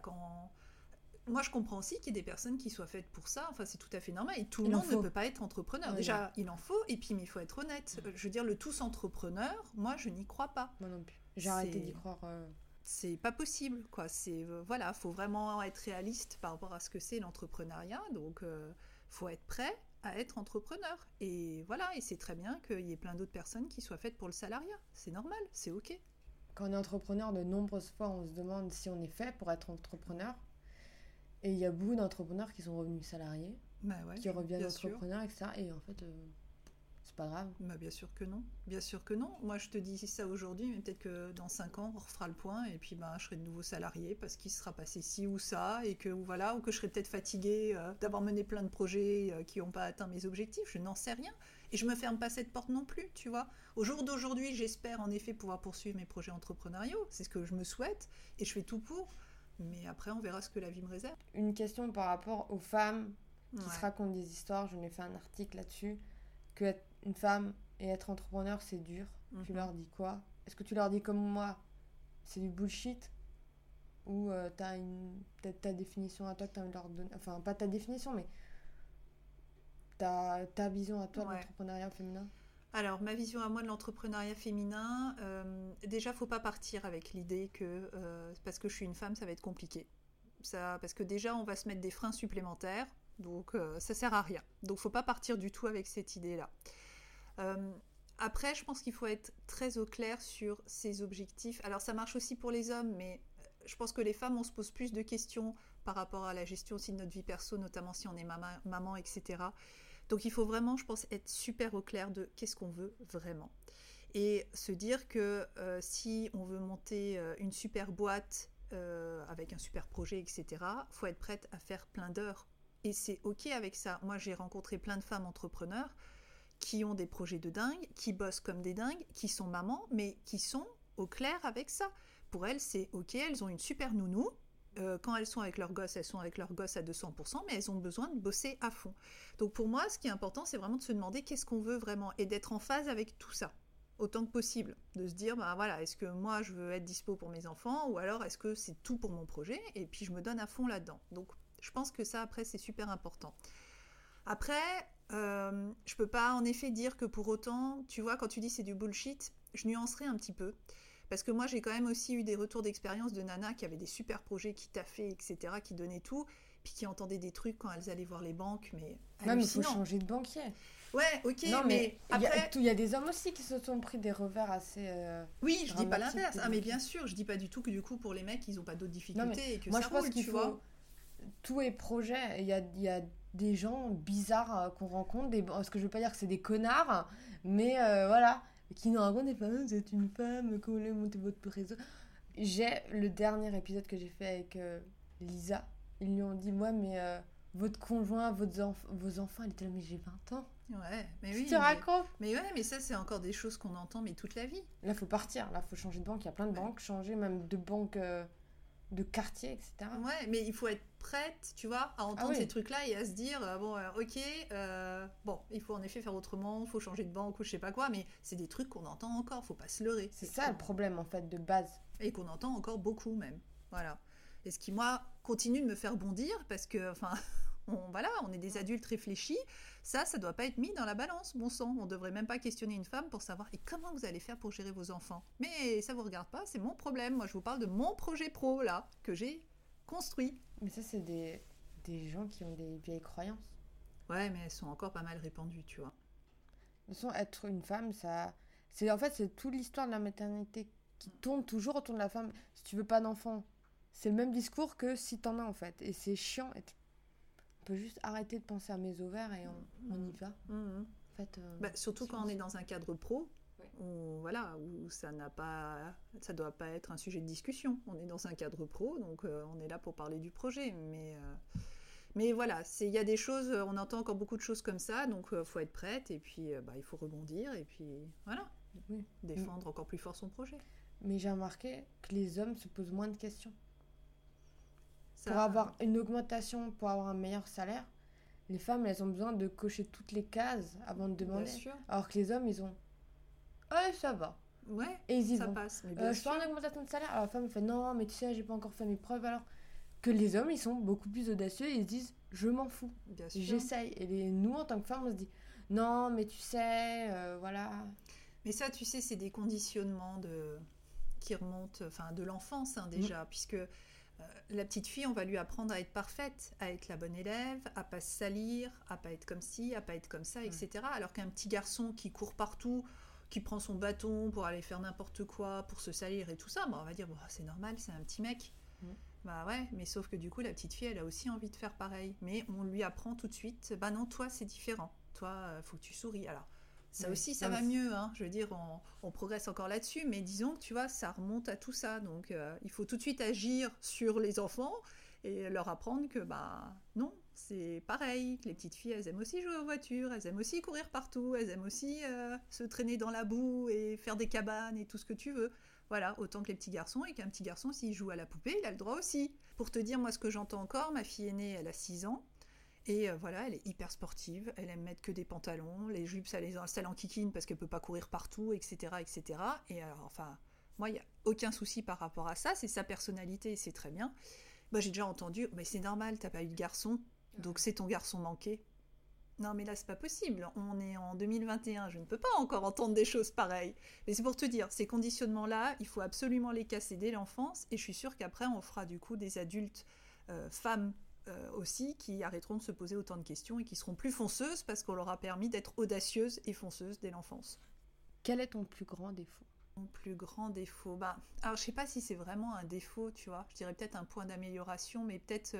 moi, je comprends aussi qu'il y ait des personnes qui soient faites pour ça. Enfin, c'est tout à fait normal. Et tout le monde ne peut pas être entrepreneur. Ouais, déjà, il en faut. Et puis, mais il faut être honnête. Je veux dire, le tous entrepreneur, moi, je n'y crois pas. Moi non plus. J'ai arrêté d'y croire. C'est pas possible, quoi. Voilà, faut vraiment être réaliste par rapport à ce que c'est l'entrepreneuriat. Donc, faut être prêt à être entrepreneur. Et voilà, et c'est très bien qu'il y ait plein d'autres personnes qui soient faites pour le salariat. C'est normal, c'est ok. Quand on est entrepreneur, de nombreuses fois, on se demande si on est fait pour être entrepreneur. Et il y a beaucoup d'entrepreneurs qui sont revenus salariés, qui reviennent entrepreneurs, etc. Et en fait, c'est pas grave. Bien sûr que non. Bien sûr que non. Moi, je te dis ça aujourd'hui, mais peut-être que dans 5 ans, on refera le point et puis je serai de nouveau salarié parce qu'il sera passé ci ou ça et que, ou que je serai peut-être fatiguée d'avoir mené plein de projets qui n'ont pas atteint mes objectifs. Je n'en sais rien. Et je me ferme pas cette porte non plus, tu vois. Au jour d'aujourd'hui, j'espère en effet pouvoir poursuivre mes projets entrepreneuriaux. C'est ce que je me souhaite et je fais tout pour. Mais après, on verra ce que la vie me réserve. Une question par rapport aux femmes qui se racontent des histoires. J'en ai fait un article là-dessus. Que être une femme et être entrepreneur, c'est dur. Tu leur dis quoi? Est-ce que tu leur dis comme moi, c'est du bullshit? Ou t'as peut-être ta définition à toi que t'as envie de leur donner? Enfin, pas ta définition, mais ta vision à toi de l'entrepreneuriat féminin? Alors, ma vision à moi de l'entrepreneuriat féminin, déjà, faut pas partir avec l'idée que parce que je suis une femme, ça va être compliqué. Parce que déjà, on va se mettre des freins supplémentaires, donc ça sert à rien. Donc, faut pas partir du tout avec cette idée-là. Après, je pense qu'il faut être très au clair sur ses objectifs. Alors, ça marche aussi pour les hommes, mais je pense que les femmes, on se pose plus de questions par rapport à la gestion aussi de notre vie perso, notamment si on est maman, etc. Donc il faut vraiment, je pense, être super au clair de qu'est-ce qu'on veut vraiment. Et se dire que si on veut monter une super boîte avec un super projet, etc., il faut être prête à faire plein d'heures. Et c'est ok avec ça. Moi, j'ai rencontré plein de femmes entrepreneurs qui ont des projets de dingue, qui bossent comme des dingues, qui sont mamans, mais qui sont au clair avec ça. Pour elles, c'est ok, elles ont une super nounou. Quand elles sont avec leurs gosses à 200%, mais elles ont besoin de bosser à fond. Donc pour moi, ce qui est important, c'est vraiment de se demander qu'est-ce qu'on veut vraiment et d'être en phase avec tout ça. autant que possible, de se dire, bah voilà, est-ce que moi je veux être dispo pour mes enfants, ou alors est-ce que c'est tout pour mon projet, et puis je me donne à fond là-dedans. Donc je pense que ça, après, c'est super important. Après, je peux pas en effet dire que pour autant, tu vois, quand tu dis c'est du bullshit, je nuancerai un petit peu. Parce que moi, j'ai quand même aussi eu des retours d'expérience de nanas qui avaient des super projets, qui taffaient, etc., qui donnaient tout, puis qui entendaient des trucs quand elles allaient voir les banques, mais Non, mais il faut hallucinant. changer de banquier. Ouais, ok, Non, mais mais après, il y a des hommes aussi qui se sont pris des revers assez oui, je dis pas dramatiques l'inverse. de Ah, mais leur bien vie. sûr, je dis pas du tout que du coup, pour les mecs, ils ont pas d'autres Non, mais difficultés et que moi, ça je pense roule, qu'il tu vois. faut. Tout est projet. Il y a des gens bizarres qu'on rencontre. Parce que je veux pas dire que c'est des connards, mais voilà. Qui nous racontent des femmes, vous êtes une femme, comment vous monter votre réseau. J'ai le dernier épisode que j'ai fait avec Lisa. Ils lui ont dit, moi, mais votre conjoint, vos enfants, elle était là, mais j'ai 20 ans. Ouais, mais Tu oui, te racontes? mais ouais, mais ça, c'est encore des choses qu'on entend, mais toute la vie. Là, faut partir. Là, faut changer de banque. Il y a plein de Ouais. banques. Changer même de banque, de quartier, etc. Ouais, mais il faut être prête, tu vois, à Ah entendre ces oui, trucs-là et à se dire, bon, ok, bon, il faut en effet faire autrement, il faut changer de banque ou je sais pas quoi, mais c'est des trucs qu'on entend encore, faut pas se leurrer. c'est ça le problème, en fait, de base. Et qu'on entend encore beaucoup même. Voilà. Et ce qui, moi, continue de me faire bondir parce que, enfin, voilà, on est des adultes réfléchis. Ça doit pas être mis dans la balance, bon sang. On devrait même pas questionner une femme pour savoir et comment vous allez faire pour gérer vos enfants. Mais ça vous regarde pas, c'est mon problème. Moi, je vous parle de mon projet pro, là, que j'ai construit. Mais ça, c'est des gens qui ont des vieilles croyances. Ouais, mais elles sont encore pas mal répandues, tu vois. De toute façon, être une femme, ça. En fait, c'est toute l'histoire de la maternité qui tourne toujours autour de la femme. Si tu veux pas d'enfant, c'est le même discours que si t'en as, en fait. Et c'est chiant. On peut juste arrêter de penser à mes ovaires et on y va. Mhm. En fait, Bah, surtout quand on est dans un cadre pro, Ouais. où, voilà, où ça doit pas être un sujet de discussion. On est dans un cadre pro, donc on est là pour parler du projet. Mais voilà, il y a des choses, on entend encore beaucoup de choses comme ça, donc faut être prête et puis bah, il faut rebondir et puis voilà, Oui. défendre encore plus fort son projet. Mais j'ai remarqué que les hommes se posent moins de questions. Ça, Pour avoir une augmentation, pour avoir un meilleur salaire, les femmes, elles ont besoin de cocher toutes les cases avant de bien demander. sûr, Alors que les hommes, ils ont ah, ça va. ouais, Et ils y ça vont. passe, mais bien Je peux sûr, avoir une augmentation de salaire. Alors la femme fait non, mais tu sais, j'ai pas encore fait mes preuves. Alors que les hommes, ils sont beaucoup plus audacieux et ils se disent je m'en fous, bien sûr. j'essaye. Et nous, en tant que femmes, on se dit non, mais tu sais, voilà. Mais ça, tu sais, c'est des conditionnements qui remontent, enfin, de l'enfance déjà, puisque la petite fille, on va lui apprendre à être parfaite, à être la bonne élève, à pas se salir, à pas être comme ci, à pas être comme ça, etc. Alors qu'un petit garçon qui court partout, qui prend son bâton pour aller faire n'importe quoi, pour se salir et tout ça, bah, on va dire bon, c'est normal, c'est un petit mec. Mm. Bah ouais, mais sauf que du coup, la petite fille, elle a aussi envie de faire pareil. Mais on lui apprend tout de suite, bah non, toi, c'est différent. Toi, faut que tu souris. Alors, ça Oui. aussi, ça Non, va mais mieux, hein. Je veux dire, on progresse encore là-dessus, mais disons que tu vois, ça remonte à tout ça. Donc, il faut tout de suite agir sur les enfants et leur apprendre que, bah non, c'est pareil. Que les petites filles, elles aiment aussi jouer aux voitures, elles aiment aussi courir partout, elles aiment aussi se traîner dans la boue et faire des cabanes et tout ce que tu veux. Voilà, autant que les petits garçons, et qu'un petit garçon, s'il joue à la poupée, il a le droit aussi. Pour te dire, moi, ce que j'entends encore, ma fille aînée, elle a 6 ans. Et voilà, elle est hyper sportive, elle aime mettre que des pantalons, les jupes, ça l'enquiquine parce qu'elle peut pas courir partout, etc. etc. Et alors, enfin, moi, il n'y a aucun souci par rapport à ça, c'est sa personnalité et c'est très bien. Moi, j'ai déjà entendu, mais c'est normal, t'as pas eu de garçon, donc c'est ton garçon manqué. Non, mais là, c'est pas possible. On est en 2021, je ne peux pas encore entendre des choses pareilles. Mais c'est pour te dire, ces conditionnements-là, il faut absolument les casser dès l'enfance, et je suis sûre qu'après, on fera du coup des adultes femmes aussi qui arrêteront de se poser autant de questions et qui seront plus fonceuses parce qu'on leur a permis d'être audacieuses et fonceuses dès l'enfance. quel est ton plus grand défaut? Mon plus grand défaut, bah, alors je sais pas si c'est vraiment un défaut, tu vois. Je dirais peut-être un point d'amélioration, mais peut-être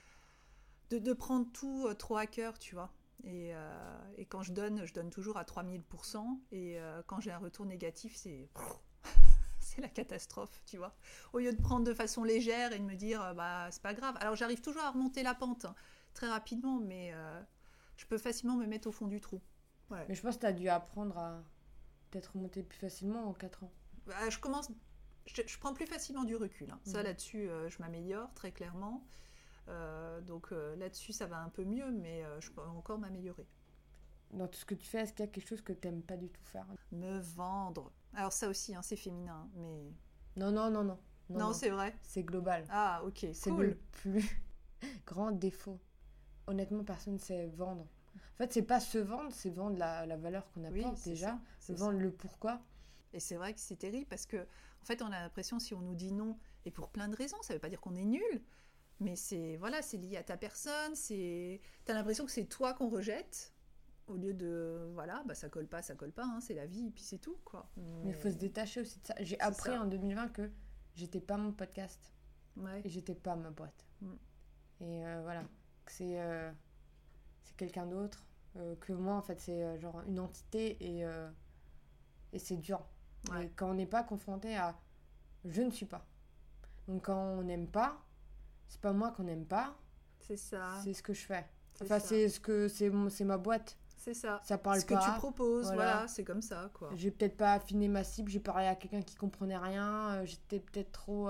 de prendre tout trop à cœur, tu vois. Et quand je donne toujours à 3000%. Et quand j'ai un retour négatif, c'est la catastrophe, tu vois. Au lieu de prendre de façon légère et de me dire, bah, c'est pas grave. Alors, j'arrive toujours à remonter la pente, hein, très rapidement, mais je peux facilement me mettre au fond du trou. Ouais. Mais je pense que tu as dû apprendre à peut-être remonter plus facilement en 4 ans. Bah, je prends plus facilement du recul, hein. Ça, là-dessus, je m'améliore très clairement. Donc là-dessus, ça va un peu mieux, mais je peux encore m'améliorer. dans tout ce que tu fais, est-ce qu'il y a quelque chose que t'aimes pas du tout faire? Me vendre. Alors ça aussi, c'est féminin, mais... Non, C'est vrai. c'est global. Ah, ok, C'est cool. le plus grand défaut. Honnêtement, personne ne sait vendre. En fait, c'est pas se vendre, c'est vendre la valeur qu'on apporte déjà. C'est vendre ça. le pourquoi. Et c'est vrai que c'est terrible parce que, en fait, on a l'impression, si on nous dit non, et pour plein de raisons, ça veut pas dire qu'on est nul, mais c'est lié à ta personne, t'as l'impression que c'est toi qu'on rejette, au lieu de, ça colle pas, c'est la vie, et puis c'est tout, quoi. Mais il faut se détacher aussi de ça. J'ai C'est appris ça. en 2020 que j'étais pas mon podcast Ouais. et j'étais pas ma boîte. Et voilà, que c'est quelqu'un d'autre, que moi, en fait, c'est genre une entité et c'est dur. Ouais. Et quand on n'est pas confronté à je ne suis pas. Donc quand on n'aime pas, c'est pas moi qu'on n'aime pas, C'est ça. c'est ce que je fais. C'est Enfin, ça. c'est ma boîte. C'est ça. Ça parle Ce que pas. tu proposes, Voilà. voilà, c'est comme ça, quoi. J'ai peut-être pas affiné ma cible, j'ai parlé à quelqu'un qui comprenait rien, j'étais peut-être trop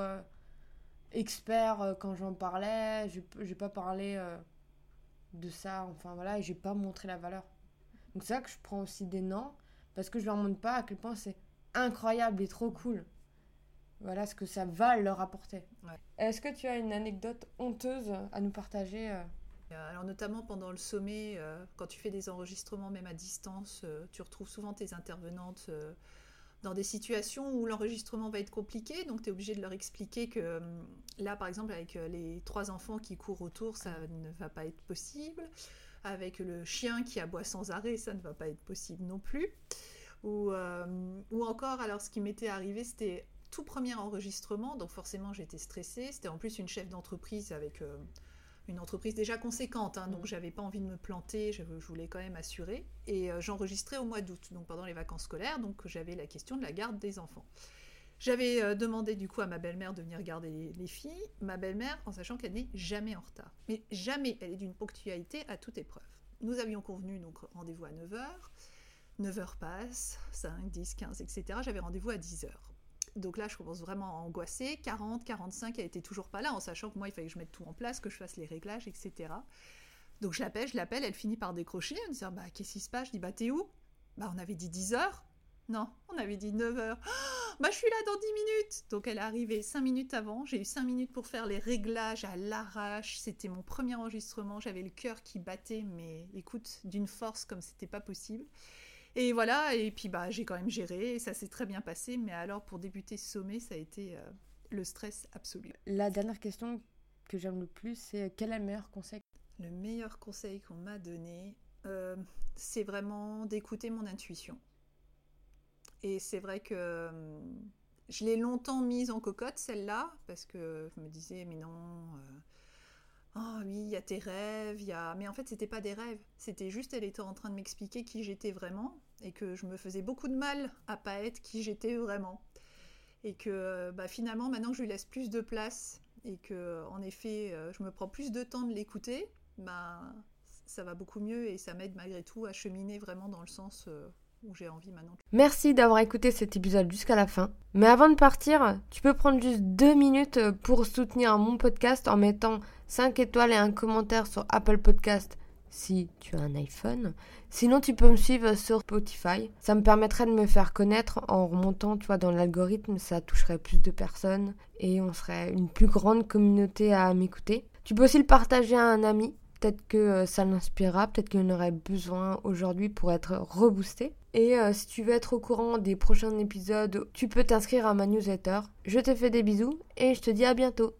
expert quand j'en parlais, j'ai pas parlé de ça, enfin voilà, et j'ai pas montré la valeur. Donc c'est là que je prends aussi des noms, parce que je leur montre pas à quel point c'est incroyable et trop cool. Voilà ce que ça va leur apporter. Ouais. Est-ce que tu as une anecdote honteuse à nous partager Alors notamment pendant le sommet, quand tu fais des enregistrements même à distance, tu retrouves souvent tes intervenantes dans des situations où l'enregistrement va être compliqué, donc tu es obligé de leur expliquer que là par exemple avec les 3 enfants qui courent autour, ça ne va pas être possible, avec le chien qui aboie sans arrêt, ça ne va pas être possible non plus, ou encore, alors ce qui m'était arrivé, c'était tout premier enregistrement, donc forcément j'étais stressée, c'était en plus une chef d'entreprise avec... une entreprise déjà conséquente, donc j'avais pas envie de me planter, je voulais quand même assurer. Et j'enregistrais au mois d'août, donc pendant les vacances scolaires, donc j'avais la question de la garde des enfants. J'avais demandé du coup à ma belle-mère de venir garder les filles, ma belle-mère en sachant qu'elle n'est jamais en retard. Mais jamais, elle est d'une ponctualité à toute épreuve. Nous avions convenu donc rendez-vous à 9h, 9h passe, 5, 10, 15, etc. J'avais rendez-vous à 10h. Donc là, je commence vraiment à angoisser. 40, 45, elle était toujours pas là, en sachant que moi, il fallait que je mette tout en place, que je fasse les réglages, etc. Donc je l'appelle, elle finit par décrocher, en disant « qu'est-ce qui se passe ?» Je dis « t'es où ?» On avait dit 10h. Non, on avait dit 9h. « je suis là dans 10 minutes !» Donc elle est arrivée 5 minutes avant. J'ai eu 5 minutes pour faire les réglages à l'arrache. C'était mon premier enregistrement. J'avais le cœur qui battait, mais écoute, d'une force comme c'était pas possible. Et voilà, et puis j'ai quand même géré, et ça s'est très bien passé, mais alors pour débuter ce sommet, ça a été le stress absolu. La dernière question que j'aime le plus, c'est quel est le meilleur conseil? Le meilleur conseil qu'on m'a donné, c'est vraiment d'écouter mon intuition. Et c'est vrai que je l'ai longtemps mise en cocotte, celle-là, parce que je me disais, mais non... Oh oui, il y a tes rêves, mais en fait, c'était pas des rêves. C'était juste, elle était en train de m'expliquer qui j'étais vraiment et que je me faisais beaucoup de mal à pas être qui j'étais vraiment. Et que finalement, maintenant que je lui laisse plus de place et que, en effet, je me prends plus de temps de l'écouter, ça va beaucoup mieux et ça m'aide malgré tout à cheminer vraiment dans le sens où j'ai envie maintenant. Merci d'avoir écouté cet épisode jusqu'à la fin. Mais avant de partir, tu peux prendre juste 2 minutes pour soutenir mon podcast en mettant 5 étoiles et un commentaire sur Apple Podcast si tu as un iPhone. Sinon, tu peux me suivre sur Spotify. Ça me permettrait de me faire connaître en remontant, dans l'algorithme. Ça toucherait plus de personnes et on serait une plus grande communauté à m'écouter. Tu peux aussi le partager à un ami. Peut-être que ça l'inspirera, peut-être qu'il en aurait besoin aujourd'hui pour être reboosté. Et si tu veux être au courant des prochains épisodes, tu peux t'inscrire à ma newsletter. Je te fais des bisous et je te dis à bientôt.